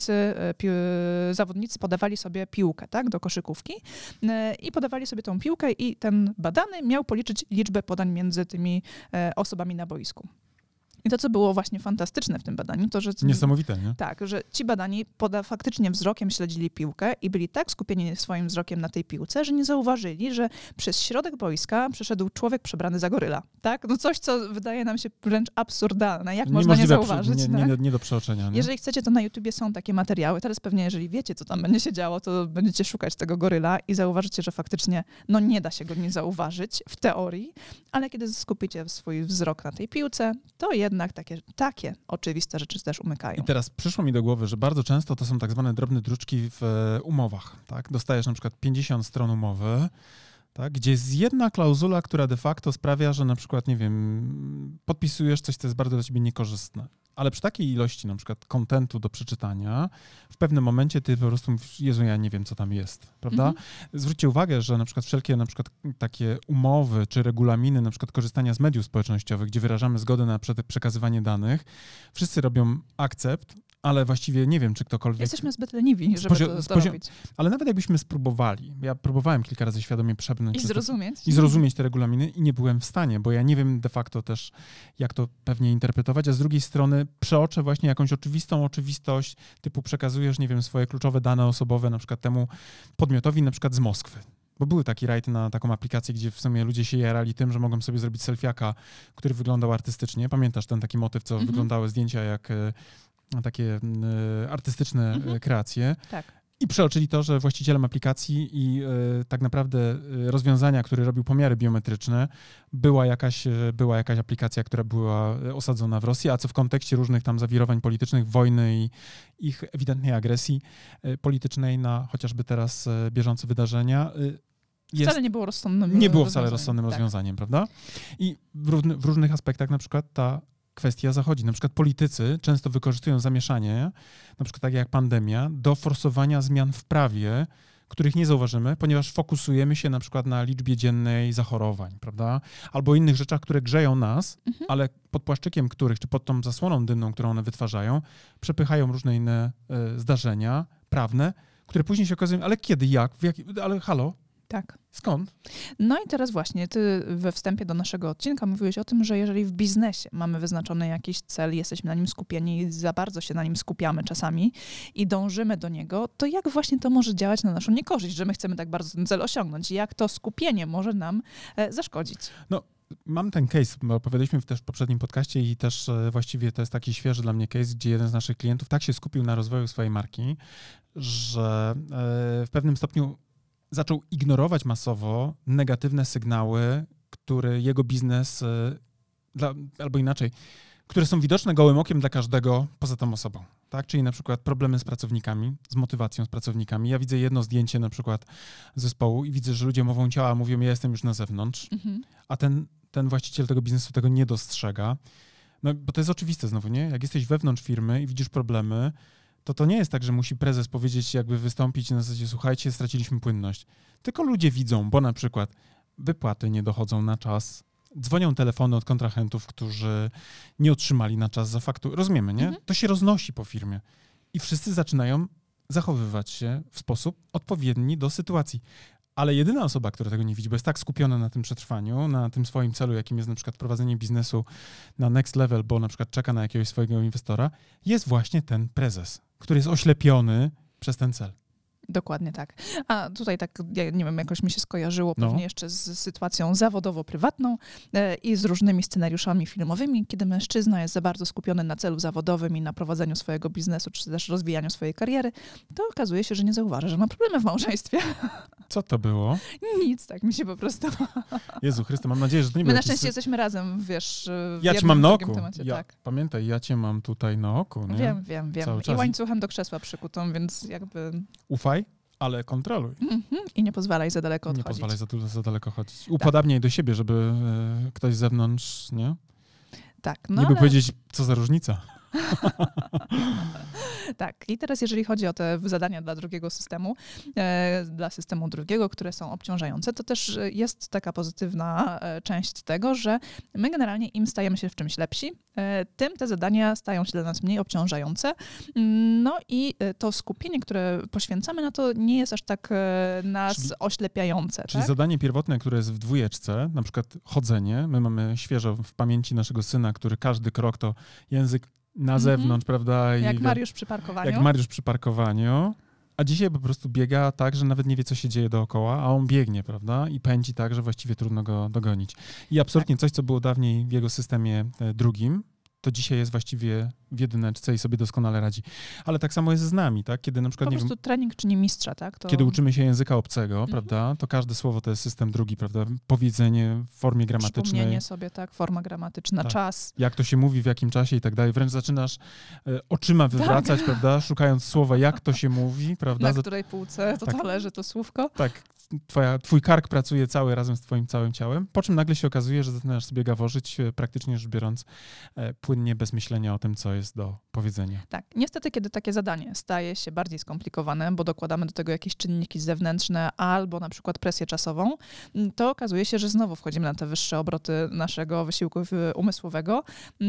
zawodnicy podawali sobie piłkę, tak, do koszykówki i podawali sobie tą piłkę i ten badany miał policzyć liczbę podań między tymi osobami na boisku. I to, co było właśnie fantastyczne w tym badaniu, to że... Niesamowite, nie? Tak, że ci badani faktycznie wzrokiem śledzili piłkę i byli tak skupieni swoim wzrokiem na tej piłce, że nie zauważyli, że przez środek boiska przeszedł człowiek przebrany za goryla. Tak? No coś, co wydaje nam się wręcz absurdalne. Jak można nie zauważyć? Nie do przeoczenia. Nie? Jeżeli chcecie, to na YouTubie są takie materiały. Teraz pewnie, jeżeli wiecie, co tam będzie się działo, to będziecie szukać tego goryla i zauważycie, że faktycznie nie da się go nie zauważyć w teorii, ale kiedy skupicie swój wzrok na tej piłce, to jednak takie oczywiste rzeczy też umykają. I teraz przyszło mi do głowy, że bardzo często to są tak zwane drobne druczki w umowach. Tak? Dostajesz na przykład 50 stron umowy, tak? Gdzie jest jedna klauzula, która de facto sprawia, że na przykład, nie wiem, podpisujesz coś, co jest bardzo dla ciebie niekorzystne. Ale przy takiej ilości na przykład kontentu do przeczytania, w pewnym momencie ty po prostu mówisz, Jezu, ja nie wiem, co tam jest, prawda? Zwróćcie uwagę, że na przykład wszelkie na przykład takie umowy czy regulaminy na przykład korzystania z mediów społecznościowych, gdzie wyrażamy zgodę na przekazywanie danych, wszyscy robią akcept, ale właściwie nie wiem, czy ktokolwiek... Jesteśmy zbyt leniwi, żeby to robić. Ale nawet jakbyśmy spróbowali, ja próbowałem kilka razy świadomie przepnąć... I zrozumieć te regulaminy i nie byłem w stanie, bo ja nie wiem de facto też, jak to pewnie interpretować, a z drugiej strony przeoczę właśnie jakąś oczywistą oczywistość, typu przekazujesz, nie wiem, swoje kluczowe dane osobowe na przykład temu podmiotowi na przykład z Moskwy. Bo był taki rajd na taką aplikację, gdzie w sumie ludzie się jarali tym, że mogą sobie zrobić selfiaka, który wyglądał artystycznie. Pamiętasz ten taki motyw, co wyglądały zdjęcia jak takie artystyczne kreacje. Tak. I przeoczyli to, że właścicielem aplikacji i tak naprawdę rozwiązania, które robił pomiary biometryczne, była jakaś aplikacja, która była osadzona w Rosji, a co w kontekście różnych tam zawirowań politycznych, wojny i ich ewidentnej agresji politycznej na chociażby teraz bieżące wydarzenia, wcale nie było rozsądnym Nie było wcale rozsądnym rozwiązaniem, prawda? I w różnych aspektach na przykład ta kwestia zachodzi. Na przykład politycy często wykorzystują zamieszanie, na przykład tak jak pandemia, do forsowania zmian w prawie, których nie zauważymy, ponieważ fokusujemy się na przykład na liczbie dziennej zachorowań, prawda? Albo innych rzeczach, które grzeją nas, ale pod płaszczykiem których, czy pod tą zasłoną dymną, którą one wytwarzają, przepychają różne inne zdarzenia prawne, które później się okazują, ale kiedy, jak, ale halo? Tak. Skąd? No i teraz właśnie ty we wstępie do naszego odcinka mówiłeś o tym, że jeżeli w biznesie mamy wyznaczony jakiś cel, jesteśmy na nim skupieni i za bardzo się na nim skupiamy czasami i dążymy do niego, to jak właśnie to może działać na naszą niekorzyść, że my chcemy tak bardzo ten cel osiągnąć? Jak to skupienie może nam zaszkodzić? No, mam ten case, bo opowiadaliśmy też w poprzednim podcaście i też właściwie to jest taki świeży dla mnie case, gdzie jeden z naszych klientów tak się skupił na rozwoju swojej marki, że w pewnym stopniu zaczął ignorować masowo negatywne sygnały, które jego biznes, albo inaczej, które są widoczne gołym okiem dla każdego poza tą osobą. Tak? Czyli na przykład problemy z pracownikami, z motywacją z pracownikami. Ja widzę jedno zdjęcie na przykład zespołu i widzę, że ludzie mową ciała mówią, ja jestem już na zewnątrz, a ten właściciel tego biznesu tego nie dostrzega. No, bo to jest oczywiste znowu, nie? Jak jesteś wewnątrz firmy i widzisz problemy, to nie jest tak, że musi prezes powiedzieć, jakby wystąpić na zasadzie, słuchajcie, straciliśmy płynność. Tylko ludzie widzą, bo na przykład wypłaty nie dochodzą na czas, dzwonią telefony od kontrahentów, którzy nie otrzymali na czas za fakturę. Rozumiemy, nie? To się roznosi po firmie. I wszyscy zaczynają zachowywać się w sposób odpowiedni do sytuacji. Ale jedyna osoba, która tego nie widzi, bo jest tak skupiona na tym przetrwaniu, na tym swoim celu, jakim jest na przykład prowadzenie biznesu na next level, bo na przykład czeka na jakiegoś swojego inwestora, jest właśnie ten prezes, który jest oślepiony przez ten cel. Dokładnie tak. A tutaj tak, ja nie wiem, jakoś mi się skojarzyło pewnie jeszcze z sytuacją zawodowo-prywatną i z różnymi scenariuszami filmowymi, kiedy mężczyzna jest za bardzo skupiony na celu zawodowym i na prowadzeniu swojego biznesu, czy też rozwijaniu swojej kariery, to okazuje się, że nie zauważa, że ma problemy w małżeństwie. Co to było? Nic, tak mi się po prostu... Jezu Chryste, mam nadzieję, że to nie My było na szczęście jesteśmy razem, wiesz, w ja cię mam na oku. temacie, tak. Pamiętaj, ja cię mam tutaj na oku, nie? Wiem. I łańcuchem do krzesła przykutą, więc jakby... Ufaj, Ale kontroluj. I nie pozwalaj za daleko odchodzić. Nie pozwalaj za daleko chodzić. Upodabniaj do siebie, żeby ktoś z zewnątrz, nie? Tak. Nie by powiedzieć, co za różnica. Tak. I teraz jeżeli chodzi o te zadania dla drugiego systemu, dla systemu drugiego, które są obciążające, to też jest taka pozytywna część tego, że my generalnie im stajemy się w czymś lepsi, tym te zadania stają się dla nas mniej obciążające. No i to skupienie, które poświęcamy na to, nie jest aż tak nas oślepiające. Czyli tak? zadanie pierwotne, które jest w 2, na przykład chodzenie, my mamy świeżo w pamięci naszego syna, który każdy krok to język na zewnątrz, prawda? Jak Mariusz przy parkowaniu. Jak Mariusz przy parkowaniu. A dzisiaj po prostu biega tak, że nawet nie wie, co się dzieje dookoła, a on biegnie, prawda? I pędzi tak, że właściwie trudno go dogonić. I absolutnie coś, co było dawniej w jego systemie drugim, to dzisiaj jest właściwie w jedyneczce i sobie doskonale radzi. Ale tak samo jest z nami, tak? Kiedy na przykład, po prostu trening czyni mistrza, tak? Kiedy uczymy się języka obcego, prawda? To każde słowo to jest system drugi, prawda? Powiedzenie w formie gramatycznej. Przypomnienie sobie, tak? Forma gramatyczna, tak. Czas. Jak to się mówi, w jakim czasie i tak dalej. Wręcz zaczynasz oczyma wywracać, prawda? Szukając słowa, jak to się mówi, prawda? Na której półce to leży to słówko. Tak. Twój kark pracuje cały razem z twoim całym ciałem, po czym nagle się okazuje, że zaczynasz sobie gaworzyć, praktycznie rzecz biorąc, płynnie, bez myślenia o tym, co jest do powiedzenia. Tak. Niestety, kiedy takie zadanie staje się bardziej skomplikowane, bo dokładamy do tego jakieś czynniki zewnętrzne albo na przykład presję czasową, to okazuje się, że znowu wchodzimy na te wyższe obroty naszego wysiłku umysłowego.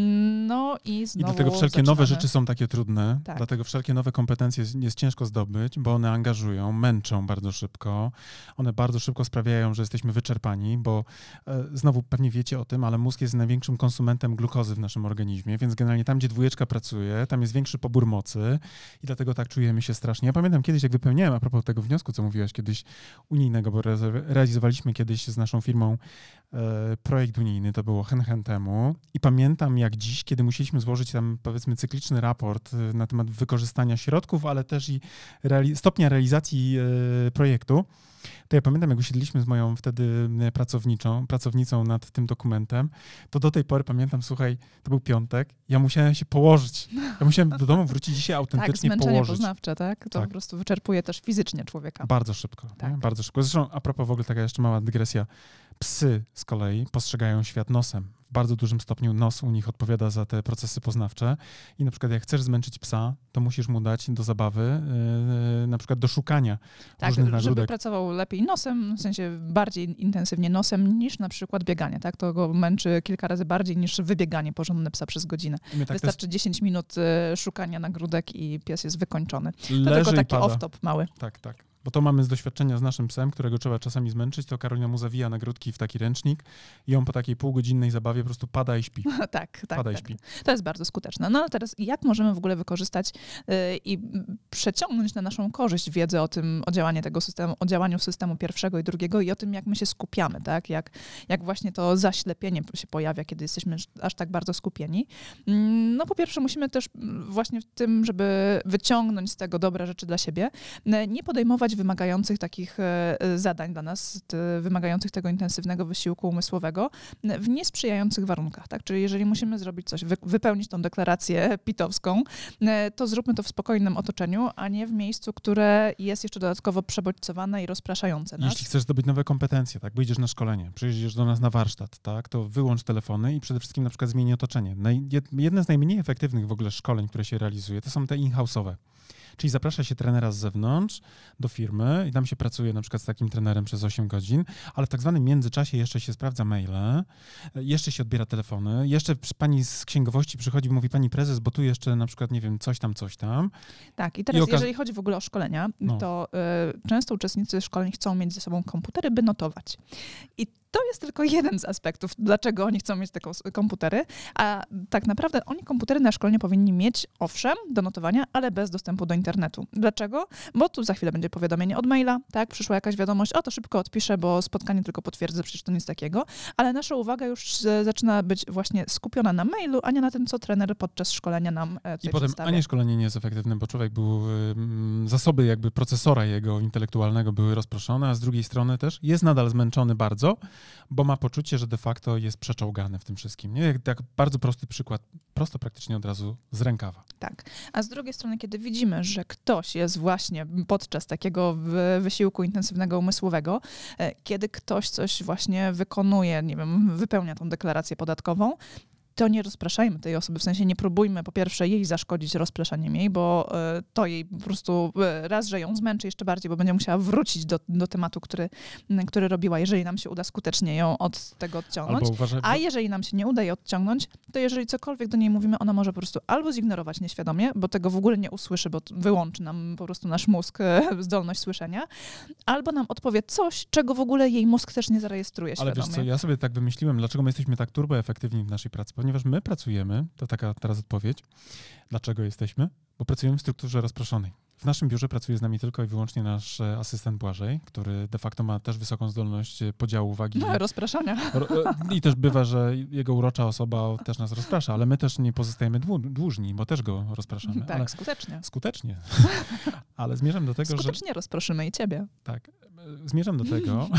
No i znowu dlatego wszelkie nowe rzeczy są takie trudne, tak. Dlatego wszelkie nowe kompetencje jest ciężko zdobyć, bo one angażują, męczą bardzo szybko. One bardzo szybko sprawiają, że jesteśmy wyczerpani, bo znowu pewnie wiecie o tym, ale mózg jest największym konsumentem glukozy w naszym organizmie, więc generalnie tam, gdzie 2 pracuje, tam jest większy pobór mocy i dlatego tak czujemy się strasznie. Ja pamiętam kiedyś, jak wypełniałem, a propos tego wniosku, co mówiłaś kiedyś unijnego, bo realizowaliśmy kiedyś z naszą firmą projekt unijny, to było hen temu i pamiętam jak dziś, kiedy musieliśmy złożyć tam powiedzmy cykliczny raport na temat wykorzystania środków, ale też i stopnia realizacji projektu, to ja pamiętam, jak usiedliśmy z moją wtedy pracownicą nad tym dokumentem, to do tej pory pamiętam, słuchaj, to był piątek, ja musiałem się położyć. Ja musiałem do domu wrócić i się autentycznie zmęczenie położyć. Poznawcze, tak? To po prostu wyczerpuje też fizycznie człowieka. Bardzo szybko, tak. Bardzo szybko. Zresztą a propos w ogóle taka jeszcze mała dygresja. Psy z kolei postrzegają świat nosem. W bardzo dużym stopniu nos u nich odpowiada za te procesy poznawcze i na przykład jak chcesz zmęczyć psa, to musisz mu dać do zabawy, na przykład do szukania różnych nagródek. Żeby pracował lepiej nosem, w sensie bardziej intensywnie nosem niż na przykład bieganie, tak? To go męczy kilka razy bardziej niż wybieganie porządne psa przez godzinę. Wystarczy 10 minut szukania nagródek i pies jest wykończony. To tylko taki off-top mały. Tak. Bo to mamy z doświadczenia z naszym psem, którego trzeba czasami zmęczyć, to Karolina mu zawija nagródki w taki ręcznik i on po takiej półgodzinnej zabawie po prostu pada i śpi. tak. Śpi. To jest bardzo skuteczne. No ale teraz jak możemy w ogóle wykorzystać i przeciągnąć na naszą korzyść wiedzę o działaniu systemu pierwszego i drugiego i o tym, jak my się skupiamy, tak? Jak właśnie to zaślepienie się pojawia, kiedy jesteśmy aż tak bardzo skupieni. No po pierwsze musimy też właśnie w tym, żeby wyciągnąć z tego dobre rzeczy dla siebie, nie podejmować wymagających takich zadań dla nas, wymagających tego intensywnego wysiłku umysłowego w niesprzyjających warunkach, tak? Czyli jeżeli musimy zrobić coś, wypełnić tą deklarację pitowską, to zróbmy to w spokojnym otoczeniu, a nie w miejscu, które jest jeszcze dodatkowo przebodźcowane i rozpraszające nas. Jeśli chcesz zdobyć nowe kompetencje, tak, wyjdziesz na szkolenie, przyjedziesz do nas na warsztat, tak, to wyłącz telefony i przede wszystkim na przykład zmień otoczenie. Jedne z najmniej efektywnych w ogóle szkoleń, które się realizuje, to są te in-house'owe. Czyli zaprasza się trenera z zewnątrz do firmy i tam się pracuje na przykład z takim trenerem przez 8 godzin, ale w tak zwanym międzyczasie jeszcze się sprawdza maile, jeszcze się odbiera telefony, jeszcze pani z księgowości przychodzi i mówi, pani prezes, bo tu jeszcze na przykład, nie wiem, coś tam. Tak, i teraz jeżeli chodzi w ogóle o szkolenia, to często uczestnicy szkoleń chcą mieć ze sobą komputery, by notować. I to jest tylko jeden z aspektów, dlaczego oni chcą mieć te komputery, a tak naprawdę oni komputery na szkolenie powinni mieć, owszem, do notowania, ale bez dostępu do internetu. Dlaczego? Bo tu za chwilę będzie powiadomienie od maila, tak, przyszła jakaś wiadomość, to szybko odpiszę, bo spotkanie tylko potwierdzę, przecież to nic takiego, ale nasza uwaga już zaczyna być właśnie skupiona na mailu, a nie na tym, co trener podczas szkolenia nam tutaj I potem przedstawia. ani szkolenie nie jest efektywne, bo człowiek zasoby jakby procesora jego intelektualnego były rozproszone, a z drugiej strony też jest nadal zmęczony bardzo, bo ma poczucie, że de facto jest przeczołgany w tym wszystkim. Nie? Jak bardzo prosty przykład, prosto praktycznie od razu z rękawa. Tak. A z drugiej strony, kiedy widzimy, że ktoś jest właśnie podczas takiego wysiłku intensywnego umysłowego, kiedy ktoś coś właśnie wykonuje, nie wiem, wypełnia tą deklarację podatkową, to nie rozpraszajmy tej osoby, w sensie nie próbujmy po pierwsze jej zaszkodzić rozpraszaniem jej, bo to jej po prostu raz, że ją zmęczy jeszcze bardziej, bo będzie musiała wrócić do tematu, który robiła, jeżeli nam się uda skutecznie ją od tego odciągnąć. A jeżeli nam się nie uda jej odciągnąć, to jeżeli cokolwiek do niej mówimy, ona może po prostu albo zignorować nieświadomie, bo tego w ogóle nie usłyszy, bo wyłączy nam po prostu nasz mózg zdolność słyszenia, albo nam odpowie coś, czego w ogóle jej mózg też nie zarejestruje świadomie. Ale wiesz co, ja sobie tak wymyśliłem, dlaczego my jesteśmy tak turboefektywni w naszej pracy. Ponieważ my pracujemy, to taka teraz odpowiedź, dlaczego jesteśmy, bo pracujemy w strukturze rozproszonej. W naszym biurze pracuje z nami tylko i wyłącznie nasz asystent Błażej, który de facto ma też wysoką zdolność podziału uwagi. No, rozpraszania. I też bywa, że jego urocza osoba też nas rozprasza, ale my też nie pozostajemy dłużni, bo też go rozpraszamy. Tak, ale skutecznie. Skutecznie. Ale zmierzam do tego, skutecznie rozproszymy i ciebie. Tak. Zmierzam do tego,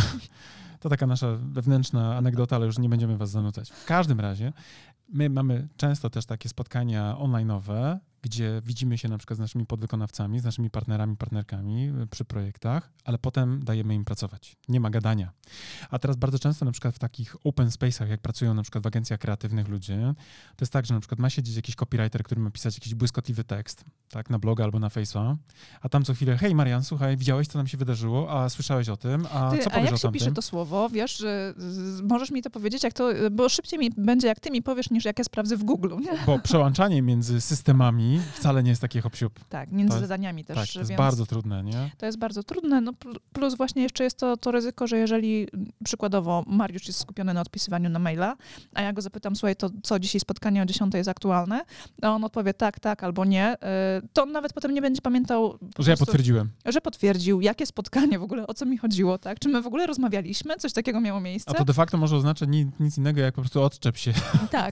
to taka nasza wewnętrzna anegdota, ale już nie będziemy was zanudzać. W każdym razie my mamy często też takie spotkania online'owe, gdzie widzimy się na przykład z naszymi podwykonawcami, z naszymi partnerami, partnerkami przy projektach, ale potem dajemy im pracować. Nie ma gadania. A teraz bardzo często na przykład w takich open space'ach, jak pracują na przykład w agencjach kreatywnych ludzie, to jest tak, że na przykład ma siedzieć jakiś copywriter, który ma pisać jakiś błyskotliwy tekst, tak, na bloga albo na Face'a, a tam co chwilę, hej Marian, słuchaj, widziałeś, co nam się wydarzyło, a słyszałeś o tym, a co powiesz o tamtym? A jak się pisze to słowo, wiesz, możesz mi to powiedzieć, jak to, bo szybciej mi będzie, jak ty mi powiesz, niż jak ja sprawdzę w Google. Nie? Bo przełączanie między systemami wcale nie jest takie hop-siup. Tak, między zadaniami też. Tak, to jest bardzo trudne, nie? To jest bardzo trudne, no plus właśnie jeszcze jest to ryzyko, że jeżeli przykładowo Mariusz jest skupiony na odpisywaniu na maila, a ja go zapytam, słuchaj, to co dzisiaj spotkanie o 10 jest aktualne, a on odpowie tak albo nie, to on nawet potem nie będzie pamiętał... Że ja potwierdziłem. Że potwierdził, jakie spotkanie w ogóle, o co mi chodziło, tak? Czy my w ogóle rozmawialiśmy, coś takiego miało miejsce? A to de facto może oznaczać nic innego, jak po prostu odczep się. Tak.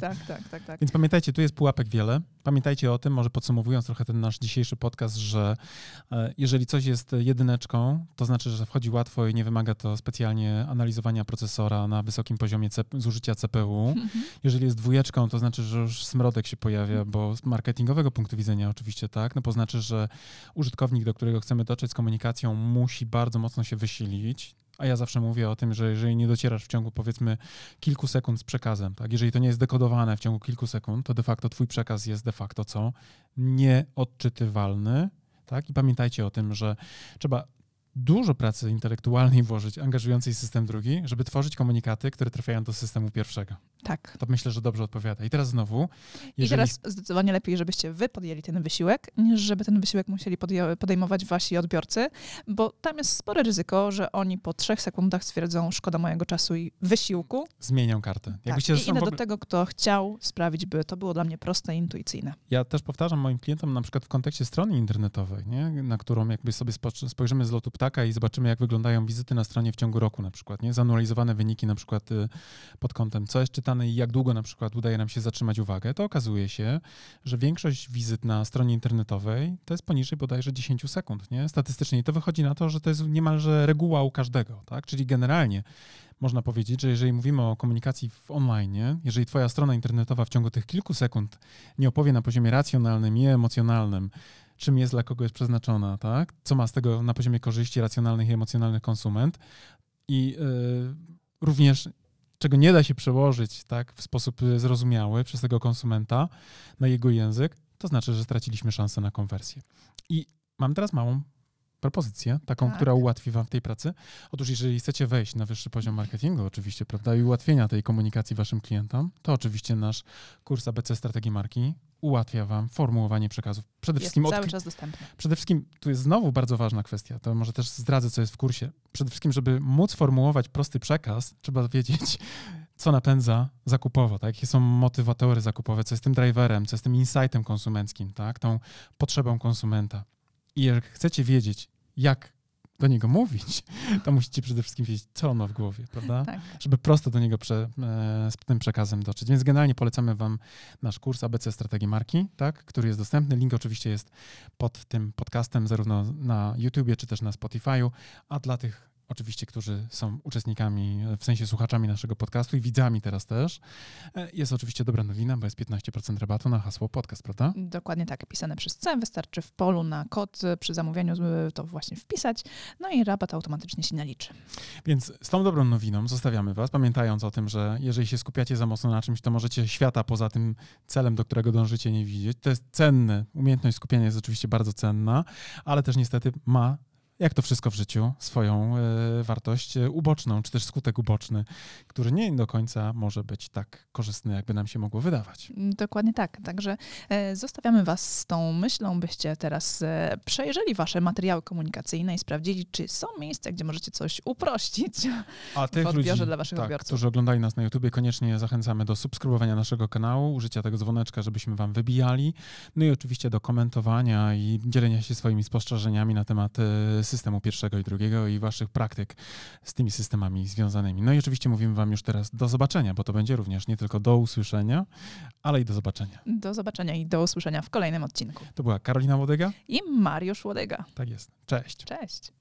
Więc pamiętajcie, tu jest pułapek wiele. Pamiętajcie o tym, może podsumowując trochę ten nasz dzisiejszy podcast, że jeżeli coś jest jedyneczką, to znaczy, że wchodzi łatwo i nie wymaga to specjalnie analizowania procesora na wysokim poziomie zużycia CPU. Jeżeli jest dwójeczką, to znaczy, że już smrodek się pojawia, bo z marketingowego punktu widzenia oczywiście tak, no to znaczy, że użytkownik, do którego chcemy dotrzeć z komunikacją, musi bardzo mocno się wysilić. A ja zawsze mówię o tym, że jeżeli nie docierasz w ciągu powiedzmy kilku sekund z przekazem, tak, jeżeli to nie jest dekodowane w ciągu kilku sekund, to de facto twój przekaz jest de facto co? Nieodczytywalny, tak? I pamiętajcie o tym, że trzeba dużo pracy intelektualnej włożyć, angażującej system drugi, żeby tworzyć komunikaty, które trafiają do systemu pierwszego. Tak. To myślę, że dobrze odpowiada. I teraz znowu... I teraz zdecydowanie lepiej, żebyście wy podjęli ten wysiłek, niż żeby ten wysiłek musieli podejmować wasi odbiorcy, bo tam jest spore ryzyko, że oni po 3 sekundach stwierdzą, szkoda mojego czasu i wysiłku. Zmienią kartę. Tak. I idę do tego, kto chciał sprawić, by to było dla mnie proste i intuicyjne. Ja też powtarzam moim klientom na przykład w kontekście strony internetowej, nie? Na którą jakby sobie spojrzymy z lotu ptaka i zobaczymy, jak wyglądają wizyty na stronie w ciągu roku na przykład, nie? Zanalizowane wyniki na przykład pod kątem, co jest czytane i jak długo na przykład udaje nam się zatrzymać uwagę, to okazuje się, że większość wizyt na stronie internetowej to jest poniżej bodajże 10 sekund, nie? Statystycznie. I to wychodzi na to, że to jest niemalże reguła u każdego, tak? Czyli generalnie można powiedzieć, że jeżeli mówimy o komunikacji w online, jeżeli twoja strona internetowa w ciągu tych kilku sekund nie opowie na poziomie racjonalnym i emocjonalnym, czym jest, dla kogo jest przeznaczona, tak? Co ma z tego na poziomie korzyści racjonalnych i emocjonalnych konsument i również czego nie da się przełożyć tak, w sposób zrozumiały przez tego konsumenta na jego język, to znaczy, że straciliśmy szansę na konwersję. I mam teraz małą propozycję, taką, która ułatwi wam w tej pracy. Otóż jeżeli chcecie wejść na wyższy poziom marketingu oczywiście, prawda, i ułatwienia tej komunikacji waszym klientom, to oczywiście nasz kurs ABC Strategii Marki ułatwia wam formułowanie przekazów. Przede wszystkim cały czas dostępny. Przede wszystkim tu jest znowu bardzo ważna kwestia, to może też zdradzę, co jest w kursie. Przede wszystkim, żeby móc formułować prosty przekaz, trzeba wiedzieć, co napędza zakupowo, tak? Jakie są motywatory zakupowe, co jest tym driverem, co jest tym insightem konsumenckim, tak? Tą potrzebą konsumenta. I jak chcecie wiedzieć, jak do niego mówić, to musicie przede wszystkim wiedzieć, co on ma w głowie, prawda? Tak. Żeby prosto do niego z tym przekazem dotrzeć. Więc generalnie polecamy wam nasz kurs ABC Strategii Marki, tak? Który jest dostępny. Link oczywiście jest pod tym podcastem, zarówno na YouTubie, czy też na Spotify'u, a dla tych oczywiście, którzy są uczestnikami, w sensie słuchaczami naszego podcastu i widzami teraz też, jest oczywiście dobra nowina, bo jest 15% rabatu na hasło podcast, prawda? Dokładnie tak, pisane przez C. Wystarczy w polu na kod przy zamówieniu to właśnie wpisać, no i rabat automatycznie się naliczy. Więc z tą dobrą nowiną zostawiamy was, pamiętając o tym, że jeżeli się skupiacie za mocno na czymś, to możecie świata poza tym celem, do którego dążycie, nie widzieć. To jest cenne. Umiejętność skupienia jest oczywiście bardzo cenna, ale też niestety ma, jak to wszystko w życiu, swoją wartość uboczną, czy też skutek uboczny, który nie do końca może być tak korzystny, jakby nam się mogło wydawać. Dokładnie tak. Także zostawiamy was z tą myślą, byście teraz przejrzeli wasze materiały komunikacyjne i sprawdzili, czy są miejsca, gdzie możecie coś uprościć A tych w odbiorze ludzi, dla waszych odbiorców. Którzy oglądali nas na YouTubie, koniecznie zachęcamy do subskrybowania naszego kanału, użycia tego dzwoneczka, żebyśmy wam wybijali, no i oczywiście do komentowania i dzielenia się swoimi spostrzeżeniami na temat systemu pierwszego i drugiego i waszych praktyk z tymi systemami związanymi. No i oczywiście mówimy wam już teraz do zobaczenia, bo to będzie również nie tylko do usłyszenia, ale i do zobaczenia. Do zobaczenia i do usłyszenia w kolejnym odcinku. To była Karolina Łodega I Mariusz Łodega. Tak jest. Cześć. Cześć.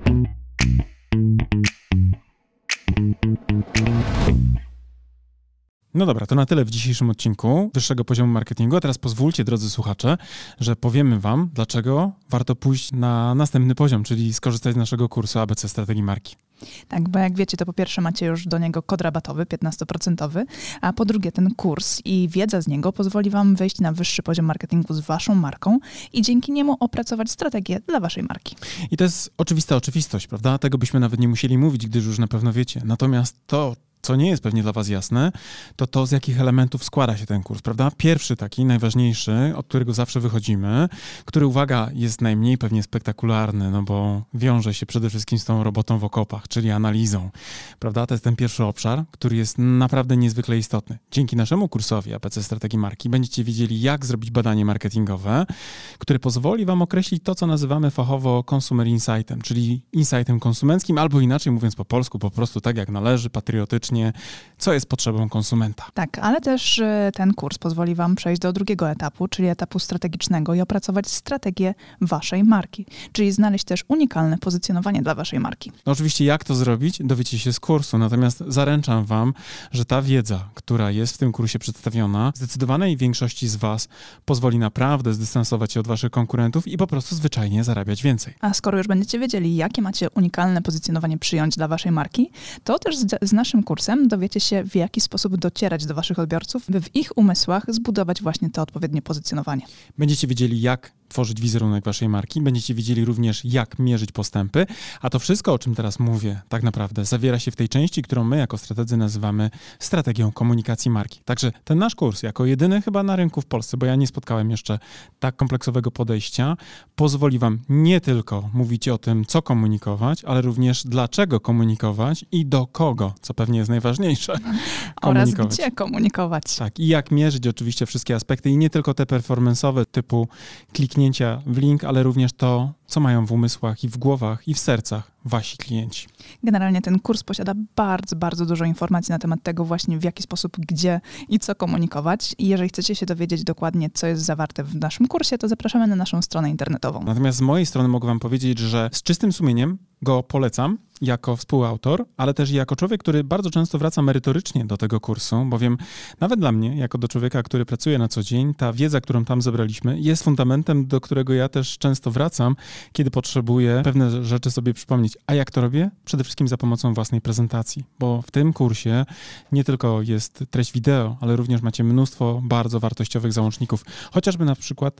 No dobra, to na tyle w dzisiejszym odcinku Wyższego Poziomu Marketingu. A teraz pozwólcie, drodzy słuchacze, że powiemy wam, dlaczego warto pójść na następny poziom, czyli skorzystać z naszego kursu ABC Strategii Marki. Tak, bo jak wiecie, to po pierwsze macie już do niego kod rabatowy 15%, a po drugie ten kurs i wiedza z niego pozwoli wam wejść na wyższy poziom marketingu z waszą marką i dzięki niemu opracować strategię dla waszej marki. I to jest oczywista oczywistość, prawda? Tego byśmy nawet nie musieli mówić, gdyż już na pewno wiecie. Natomiast to, co nie jest pewnie dla was jasne, to z jakich elementów składa się ten kurs, prawda? Pierwszy taki, najważniejszy, od którego zawsze wychodzimy, który, uwaga, jest najmniej pewnie spektakularny, no bo wiąże się przede wszystkim z tą robotą w okopach, czyli analizą, prawda? To jest ten pierwszy obszar, który jest naprawdę niezwykle istotny. Dzięki naszemu kursowi ABC Strategii Marki będziecie wiedzieli, jak zrobić badanie marketingowe, które pozwoli wam określić to, co nazywamy fachowo consumer insightem, czyli insightem konsumenckim, albo inaczej mówiąc po polsku, po prostu tak jak należy, patriotycznie, co jest potrzebą konsumenta. Tak, ale też ten kurs pozwoli wam przejść do drugiego etapu, czyli etapu strategicznego i opracować strategię waszej marki, czyli znaleźć też unikalne pozycjonowanie dla waszej marki. No oczywiście jak to zrobić, dowiecie się z kursu, natomiast zaręczam wam, że ta wiedza, która jest w tym kursie przedstawiona, zdecydowanej większości z was pozwoli naprawdę zdystansować się od waszych konkurentów i po prostu zwyczajnie zarabiać więcej. A skoro już będziecie wiedzieli, jakie macie unikalne pozycjonowanie przyjąć dla waszej marki, to też z naszym kursem dowiecie się, w jaki sposób docierać do waszych odbiorców, by w ich umysłach zbudować właśnie to odpowiednie pozycjonowanie. Będziecie wiedzieli, jak tworzyć wizerunek waszej marki, będziecie wiedzieli również, jak mierzyć postępy, a to wszystko, o czym teraz mówię, tak naprawdę zawiera się w tej części, którą my jako strategzy nazywamy strategią komunikacji marki. Także ten nasz kurs, jako jedyny chyba na rynku w Polsce, bo ja nie spotkałem jeszcze tak kompleksowego podejścia, pozwoli wam nie tylko mówić o tym, co komunikować, ale również dlaczego komunikować i do kogo, co pewnie jest najważniejsze. Oraz gdzie komunikować. Tak, i jak mierzyć oczywiście wszystkie aspekty i nie tylko te performance'owe typu kliknięcia w link, ale również to, co mają w umysłach i w głowach i w sercach wasi klienci. Generalnie ten kurs posiada bardzo, bardzo dużo informacji na temat tego właśnie, w jaki sposób, gdzie i co komunikować. I jeżeli chcecie się dowiedzieć dokładnie, co jest zawarte w naszym kursie, to zapraszamy na naszą stronę internetową. Natomiast z mojej strony mogę wam powiedzieć, że z czystym sumieniem go polecam jako współautor, ale też jako człowiek, który bardzo często wraca merytorycznie do tego kursu, bowiem nawet dla mnie, jako do człowieka, który pracuje na co dzień, ta wiedza, którą tam zebraliśmy, jest fundamentem, do którego ja też często wracam, kiedy potrzebuję pewne rzeczy sobie przypomnieć. A jak to robię? Przede wszystkim za pomocą własnej prezentacji, bo w tym kursie nie tylko jest treść wideo, ale również macie mnóstwo bardzo wartościowych załączników, chociażby na przykład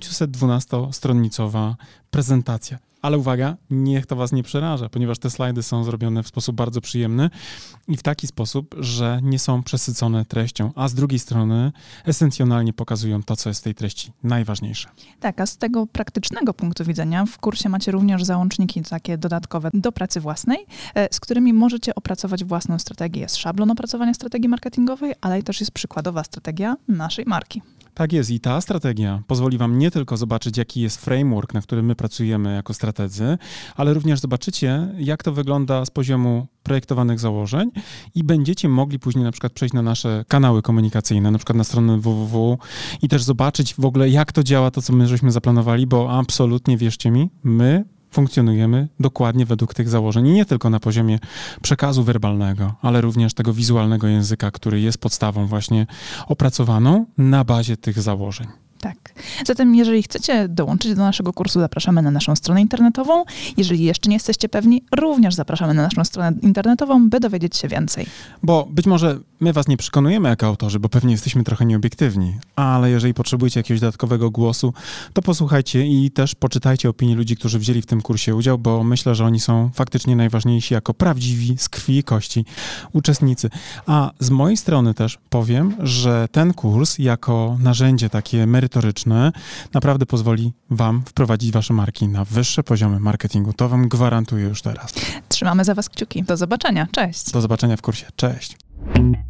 512-stronnicowa prezentacja. Ale uwaga, niech to was nie przeraża, ponieważ te slajdy są zrobione w sposób bardzo przyjemny i w taki sposób, że nie są przesycone treścią, a z drugiej strony esencjonalnie pokazują to, co jest w tej treści najważniejsze. Tak, a z tego praktycznego punktu widzenia w kursie macie również załączniki takie dodatkowe do pracy własnej, z którymi możecie opracować własną strategię. Jest szablon opracowania strategii marketingowej, ale też jest przykładowa strategia naszej marki. Tak jest i ta strategia pozwoli wam nie tylko zobaczyć, jaki jest framework, na którym my pracujemy jako strategzy, ale również zobaczycie, jak to wygląda z poziomu projektowanych założeń i będziecie mogli później na przykład przejść na nasze kanały komunikacyjne, na przykład na stronę www i też zobaczyć w ogóle, jak to działa, to co my żeśmy zaplanowali, bo absolutnie, wierzcie mi, my funkcjonujemy dokładnie według tych założeń i nie tylko na poziomie przekazu werbalnego, ale również tego wizualnego języka, który jest podstawą właśnie opracowaną na bazie tych założeń. Tak. Zatem jeżeli chcecie dołączyć do naszego kursu, zapraszamy na naszą stronę internetową. Jeżeli jeszcze nie jesteście pewni, również zapraszamy na naszą stronę internetową, by dowiedzieć się więcej. Bo być może my was nie przekonujemy jako autorzy, bo pewnie jesteśmy trochę nieobiektywni, ale jeżeli potrzebujecie jakiegoś dodatkowego głosu, to posłuchajcie i też poczytajcie opinii ludzi, którzy wzięli w tym kursie udział, bo myślę, że oni są faktycznie najważniejsi jako prawdziwi, z krwi i kości uczestnicy. A z mojej strony też powiem, że ten kurs jako narzędzie takie merytoryczne naprawdę pozwoli wam wprowadzić wasze marki na wyższe poziomy marketingu. To wam gwarantuję już teraz. Trzymamy za was kciuki. Do zobaczenia. Cześć. Do zobaczenia w kursie. Cześć.